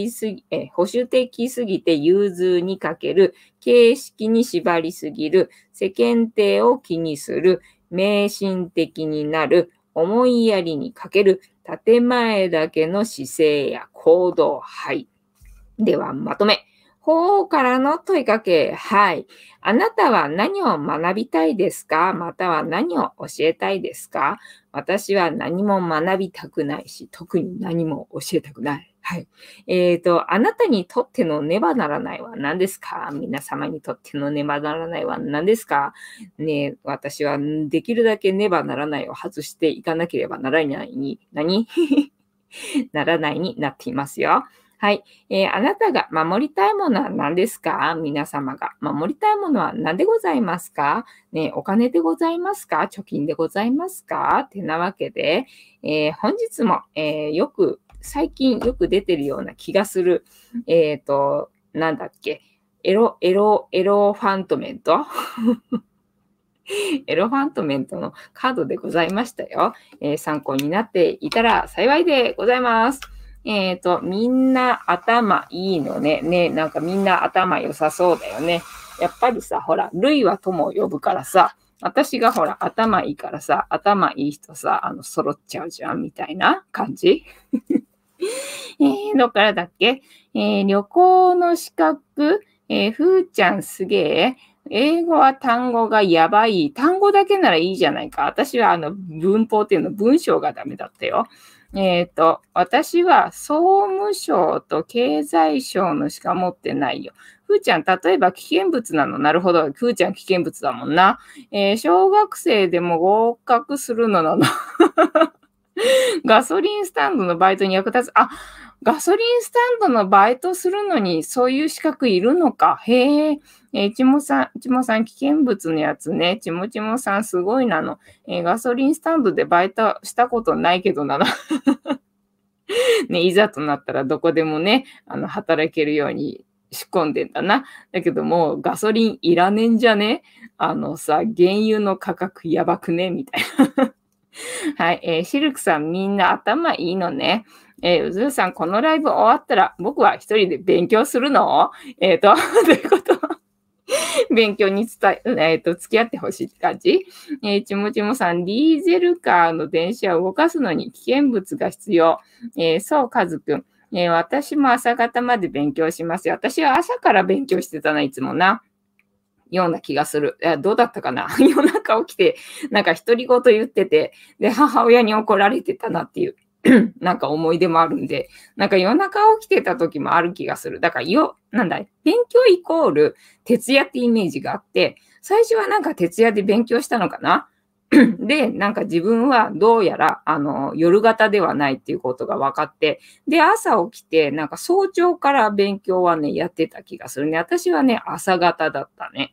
すぎて融通にかける、形式に縛りすぎる、世間体を気にする、迷信的になる、思いやりにかける、建前だけの姿勢や行動。はい。では、まとめ。法からの問いかけ。はい。あなたは何を学びたいですか？または何を教えたいですか？私は何も学びたくないし、特に何も教えたくない。はい。あなたにとってのねばならないは何ですか？皆様にとってのねばならないは何ですか？ね、私はできるだけねばならないを外していかなければならないに、何ならないになっていますよ。はい。あなたが守りたいものは何ですか？皆様が守りたいものは何でございますか？ね、お金でございますか？貯金でございますか？ってなわけで、本日も、最近よく出てるような気がする、なんだっけ、エロファントメントエロファントメントのカードでございましたよ。参考になっていたら幸いでございます。みんな頭いいのね。ね、なんかみんな頭良さそうだよね。やっぱりさ、ほら、類は友を呼ぶからさ、私がほら、頭いいからさ、頭いい人さ、揃っちゃうじゃん、みたいな感じ。どっからだっけ？旅行の資格、ふーちゃんすげえ。英語は単語がやばい。単語だけならいいじゃないか。私は文法っていうの文章がダメだったよ。私は総務省と経済省のしか持ってないよ。ふーちゃん、例えば危険物なの。なるほど。ふーちゃん危険物だもんな。小学生でも合格するのなの。ガソリンスタンドのバイトに役立つ。あ、ガソリンスタンドのバイトするのにそういう資格いるのか。へえ。ちもさん、危険物のやつね。ちもさん、すごいなの。ガソリンスタンドでバイトしたことないけどなの。ね、いざとなったらどこでもね、働けるように仕込んでんだな。だけども、ガソリンいらねえんじゃね？原油の価格やばくねみたいな。はい、シルクさんみんな頭いいのね。うずるさん、このライブ終わったら僕は一人で勉強するの？どういうこと？勉強に付き合ってほしいって感じ？ちもちもさん、ディーゼルカーの電車を動かすのに危険物が必要。そう、カズくん。私も朝方まで勉強しますよ。私は朝から勉強してたな、いつもな。ような気がする。どうだったかな？夜中起きて、なんか独り言言ってて、で、母親に怒られてたなっていう、なんか思い出もあるんで、なんか夜中起きてた時もある気がする。だからなんだい、勉強イコール徹夜ってイメージがあって、最初はなんか徹夜で勉強したのかな？で、なんか自分はどうやら、夜型ではないっていうことが分かって、で、朝起きて、なんか早朝から勉強はね、やってた気がするね。私はね、朝型だったね。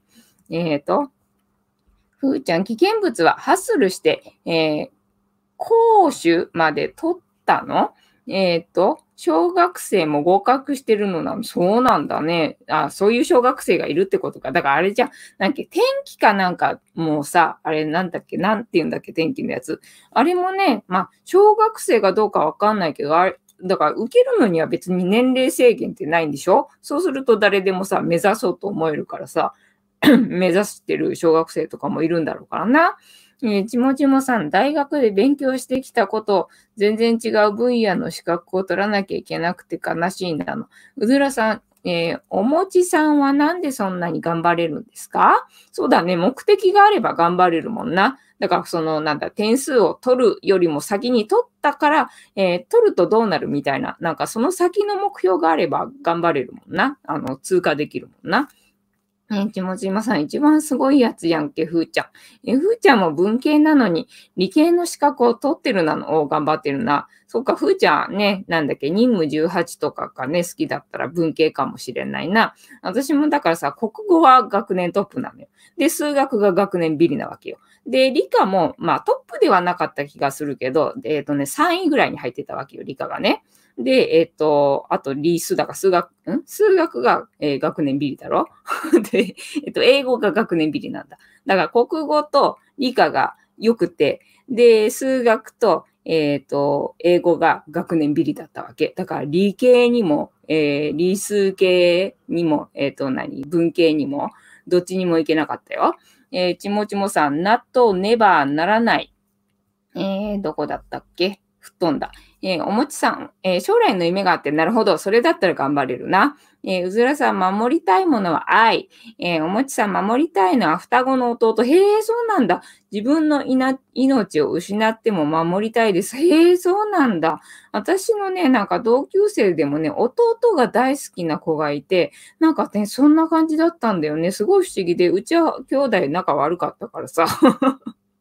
ふーちゃん、危険物はハッスルして、講習まで取ったの？小学生も合格してるのなの？そうなんだね。あ、そういう小学生がいるってことか。だからあれじゃん。なんか天気かなんかもうさ、あれなんだっけ、なんて言うんだっけ、天気のやつ。あれもね、まあ、小学生かどうかわかんないけど、あれ、だから受けるのには別に年齢制限ってないんでしょ？そうすると誰でもさ、目指そうと思えるからさ、目指してる小学生とかもいるんだろうからな。ちもちもさん、大学で勉強してきたこと、全然違う分野の資格を取らなきゃいけなくて悲しいんだの。うずらさん、おもちさんはなんでそんなに頑張れるんですか？そうだね、目的があれば頑張れるもんな。だから、なんだ、点数を取るよりも先に取ったから、取るとどうなるみたいな、なんかその先の目標があれば頑張れるもんな。通過できるもんな。ちもちまさん、一番すごいやつやんけ、ふーちゃん。ふーちゃんも文系なのに、理系の資格を取ってるなのを頑張ってるな。そうか、ふーちゃんね、なんだっけ、任務18とかがね、好きだったら文系かもしれないな。私もだからさ、国語は学年トップなのよ。で、数学が学年ビリなわけよ。で、理科も、まあトップではなかった気がするけど、3位ぐらいに入ってたわけよ、理科がね。で、あと理数だから数学が、学年ビリだろ？で、英語が学年ビリなんだ。だから国語と理科が良くて、で、数学と、英語が学年ビリだったわけ。だから理系にも、理数系にも、文系にも、どっちにもいけなかったよ。ちもちもさん、納豆ねばならない。どこだったっけ？吹っ飛んだ。おもちさん、将来の夢があって、なるほど、それだったら頑張れるな。うずらさん、守りたいものは愛。おもちさん、守りたいのは双子の弟。へえ、そうなんだ。自分の命を失っても守りたいです。へえ、そうなんだ。私のね、なんか同級生でもね、弟が大好きな子がいて、なんかね、そんな感じだったんだよね。すごい不思議で、うちは兄弟仲悪かったからさ。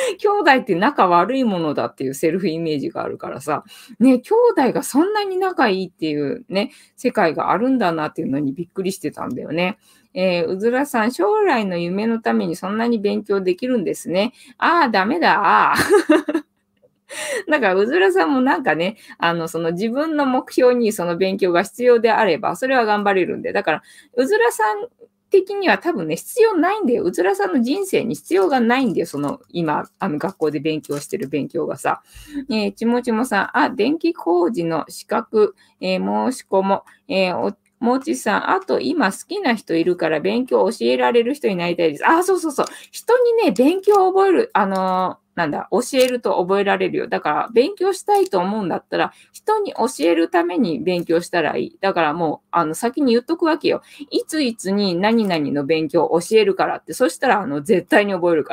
兄弟って仲悪いものだっていうセルフイメージがあるからさ、ね、兄弟がそんなに仲いいっていうね、世界があるんだなっていうのにびっくりしてたんだよね。うずらさん、将来の夢のためにそんなに勉強できるんですね。ああ、ダメだ。だから、うずらさんもなんかね、その自分の目標にその勉強が必要であれば、それは頑張れるんで。だから、うずらさん的には多分ね、必要ないんだよ。うずらさんの人生に必要がないんだよ。その、今、学校で勉強してる勉強がさ。ちもちもさん、あ、電気工事の資格、申し込もう。もちさん、あと今好きな人いるから勉強教えられる人になりたいです。あ、そうそうそう。人にね、勉強を覚える、なんだ、教えると覚えられるよ。だから、勉強したいと思うんだったら、人に教えるために勉強したらいい。だからもう、先に言っとくわけよ。いついつに何々の勉強を教えるからって。そしたら、絶対に覚えるから。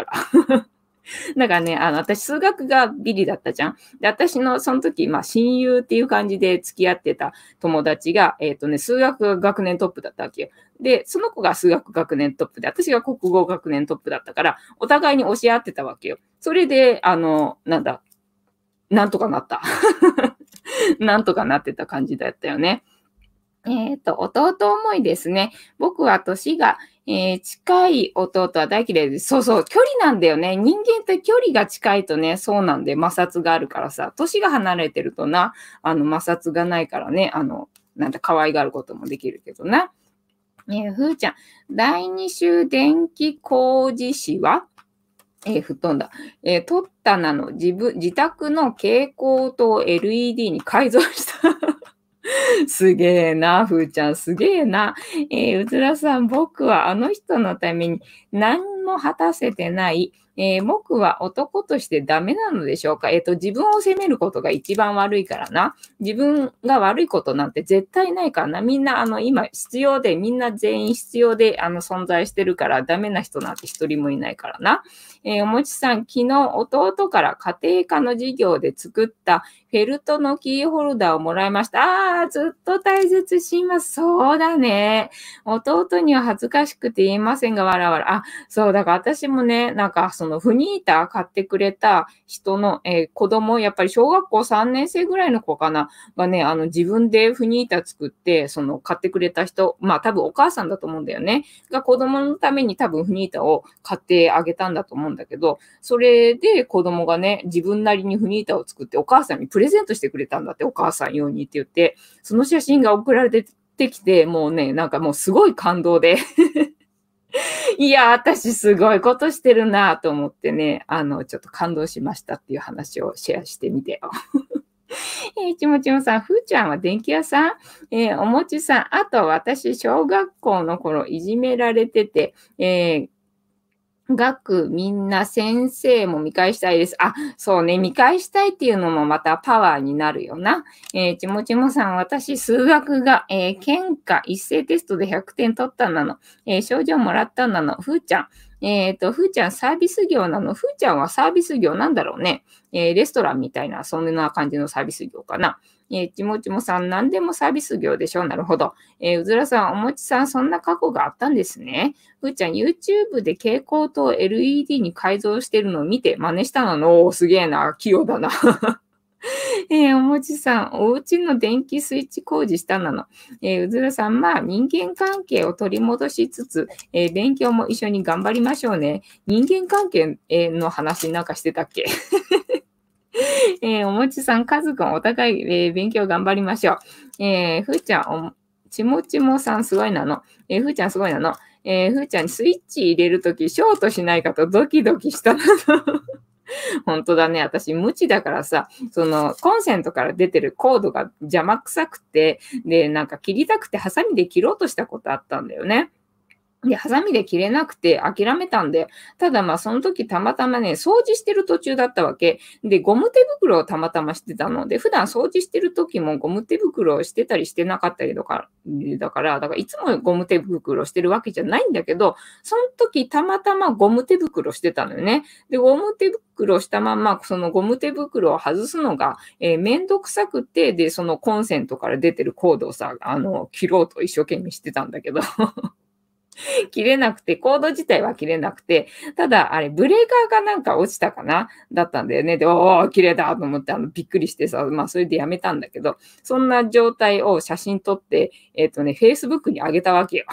だからね、私、数学がビリだったじゃん。で、私のその時、まあ、親友っていう感じで付き合ってた友達が、数学学年トップだったわけよ。で、その子が数学学年トップで、私が国語学年トップだったから、お互いに教え合ってたわけよ。それで、なんだ、なんとかなった。なんとかなってた感じだったよね。弟思いですね。僕は年が、近い弟は大嫌いです。そうそう、距離なんだよね。人間って距離が近いとね、そうなんで摩擦があるからさ、年が離れてるとな、摩擦がないからね、なんだ、可愛がることもできるけどな。ふーちゃん、第二週電気工事士は吹っ飛んだ。取ったなの自宅の蛍光灯 LED に改造した。すげえな、ふーちゃん、すげえな。うずらさん、僕はあの人のために何も果たせてない。僕は男としてダメなのでしょうか。自分を責めることが一番悪いからな。自分が悪いことなんて絶対ないからな。みんな、今必要で、みんな全員必要で、存在してるから、ダメな人なんて一人もいないからな。おもちさん、昨日弟から家庭科の授業で作ったフェルトのキーホルダーをもらいました。ずっと大切します。そうだね。弟には恥ずかしくて言いませんが、わらわら。そう、だから私もね、なんかそのフニーター買ってくれた人の、子供、やっぱり小学校3年生ぐらいの子かな、がね、自分でフニーター作って、その買ってくれた人、まあ多分お母さんだと思うんだよね。が子供のために多分フニーターを買ってあげたんだと思うんだけど、それで子供がね、自分なりにフニーターを作ってお母さんにプレゼントしてくれたんだって、お母さん用にって言って、その写真が送られてきて、もうね、なんかもうすごい感動でいや、私すごいことしてるなと思ってね、ちょっと感動しましたっていう話をシェアしてみてよ。ちもちもさん、ふーちゃんは電気屋さんおもちさん、あと私、小学校の頃いじめられてて、みんな先生も見返したいです。そうね、見返したいっていうのもまたパワーになるよな。ちもちもさん、私、数学が、県下一斉テストで100点取ったなの。賞状もらったなの。ふーちゃん。ふーちゃんサービス業なの。ふーちゃんはサービス業なんだろうね。レストランみたいな、そんな感じのサービス業かな。ちもちもさん、何でもサービス業でしょ。なるほど。うずらさん、おもちさん、そんな過去があったんですね。ふーちゃん、YouTube で蛍光灯 LED に改造してるのを見て真似したの。すげえな。器用だな。おもちさん、お家の電気スイッチ工事したなの。うずらさん、まあ、人間関係を取り戻しつつ、勉強も一緒に頑張りましょうね。人間関係の話なんかしてたっけおもちさん、かずくん、お互い、勉強頑張りましょう。ふーちゃん、ちもちもさんすごいなの。ふーちゃんすごいなの。ふーちゃんにスイッチ入れるとき、ショートしないかとドキドキしたなの。本当だね。私、無知だからさ、その、コンセントから出てるコードが邪魔くさくて、で、なんか切りたくてハサミで切ろうとしたことあったんだよね。で、ハサミで切れなくて諦めたんで、ただまあその時たまたまね、掃除してる途中だったわけ。で、ゴム手袋をたまたましてたので、普段掃除してる時もゴム手袋をしてたりしてなかったりとか、だからいつもゴム手袋をしてるわけじゃないんだけど、その時たまたまゴム手袋してたのよね。で、ゴム手袋したまま、そのゴム手袋を外すのが、めんどくさくて、で、そのコンセントから出てるコードをさ、切ろうと一生懸命してたんだけど切れなくて、コード自体は切れなくて、ただ、あれ、ブレーカーがなんか落ちたかなだったんだよね。で、おー、切れたと思って、びっくりしてさ、まあ、それでやめたんだけど、そんな状態を写真撮って、Facebook に上げたわけよ。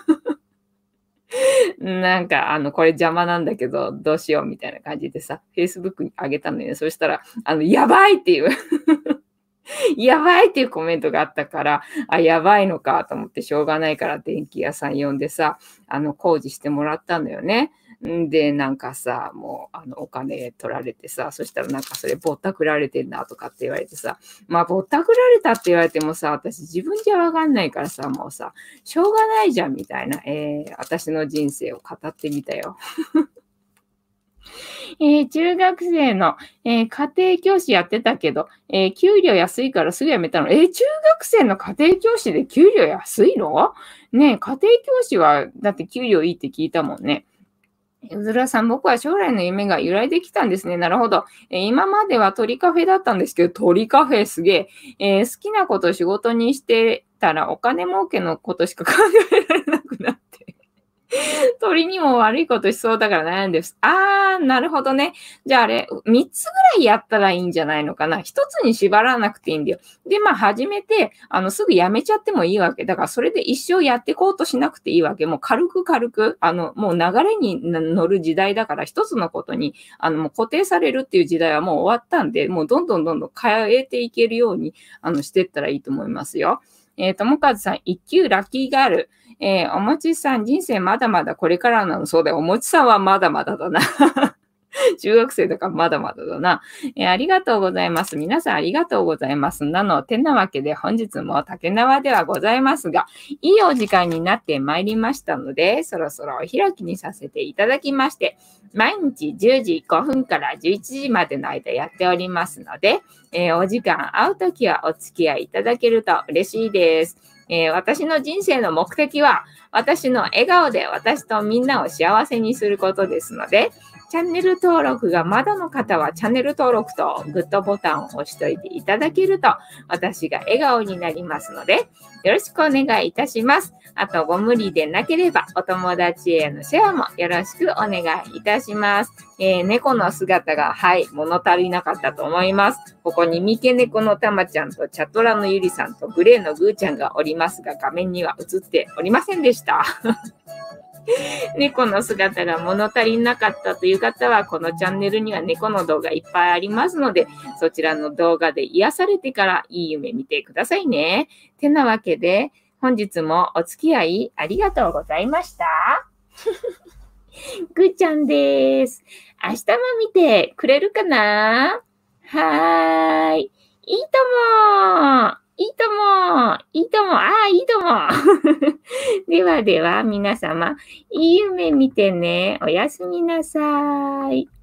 なんか、これ邪魔なんだけど、どうしようみたいな感じでさ、Facebook に上げたんだよね。そしたら、やばいっていうやばいっていうコメントがあったから、あ、やばいのかと思ってしょうがないから電気屋さん呼んでさ、工事してもらったのよね。んで、なんかさ、もう、お金取られてさ、そしたらなんかそれぼったくられてんなとかって言われてさ、まあ、ぼったくられたって言われてもさ、私自分じゃわかんないからさ、もうさ、しょうがないじゃんみたいな、私の人生を語ってみたよ。中学生の、家庭教師やってたけど、給料安いからすぐ辞めたの。中学生の家庭教師で給料安いのねえ、家庭教師は、だって給料いいって聞いたもんね。うずらさん、僕は将来の夢が揺らいできたんですね。なるほど。今までは鳥カフェだったんですけど、鳥カフェすげえ。好きなことを仕事にしてたらお金儲けのことしか考えられなくなって。鳥にも悪いことしそうだから悩んでる。なるほどね。じゃああれ、3つぐらいやったらいいんじゃないのかな。1つに縛らなくていいんだよ。で、まあ始めて、すぐやめちゃってもいいわけ。だからそれで一生やっていこうとしなくていいわけ。もう軽く軽く、もう流れに乗る時代だから、1つのことに、もう固定されるっていう時代はもう終わったんで、もうどんどんどんどん変えていけるように、していったらいいと思いますよ。ともかずさん、一級ラッキーガール。おもちさん、人生まだまだこれからなの。そうだよ。おもちさんはまだまだだな。中学生だからまだまだだな。ありがとうございます。皆さんありがとうございます。てなわけで本日も竹縄ではございますが、いいお時間になってまいりましたので、そろそろお開きにさせていただきまして、毎日10時5分から11時までの間やっておりますので、お時間合うときはお付き合いいただけると嬉しいです。私の人生の目的は、私の笑顔で私とみんなを幸せにすることですので、チャンネル登録がまだの方はチャンネル登録とグッドボタンを押しといていただけると私が笑顔になりますのでよろしくお願いいたします。あとご無理でなければお友達へのシェアもよろしくお願いいたします。猫の姿が物足りなかったと思います。ここに三毛猫のたまちゃんとチャトラのゆりさんとグレーのぐーちゃんがおりますが画面には映っておりませんでした。猫の姿が物足りなかったという方は、このチャンネルには猫の動画いっぱいありますので、そちらの動画で癒されてからいい夢見てくださいね。てなわけで、本日もお付き合いありがとうございました。ぐーちゃんです。明日も見てくれるかな？はーい。いいとも。いいとも。いいとも。いいとも。ではでは、皆様、いい夢見てね。おやすみなさい。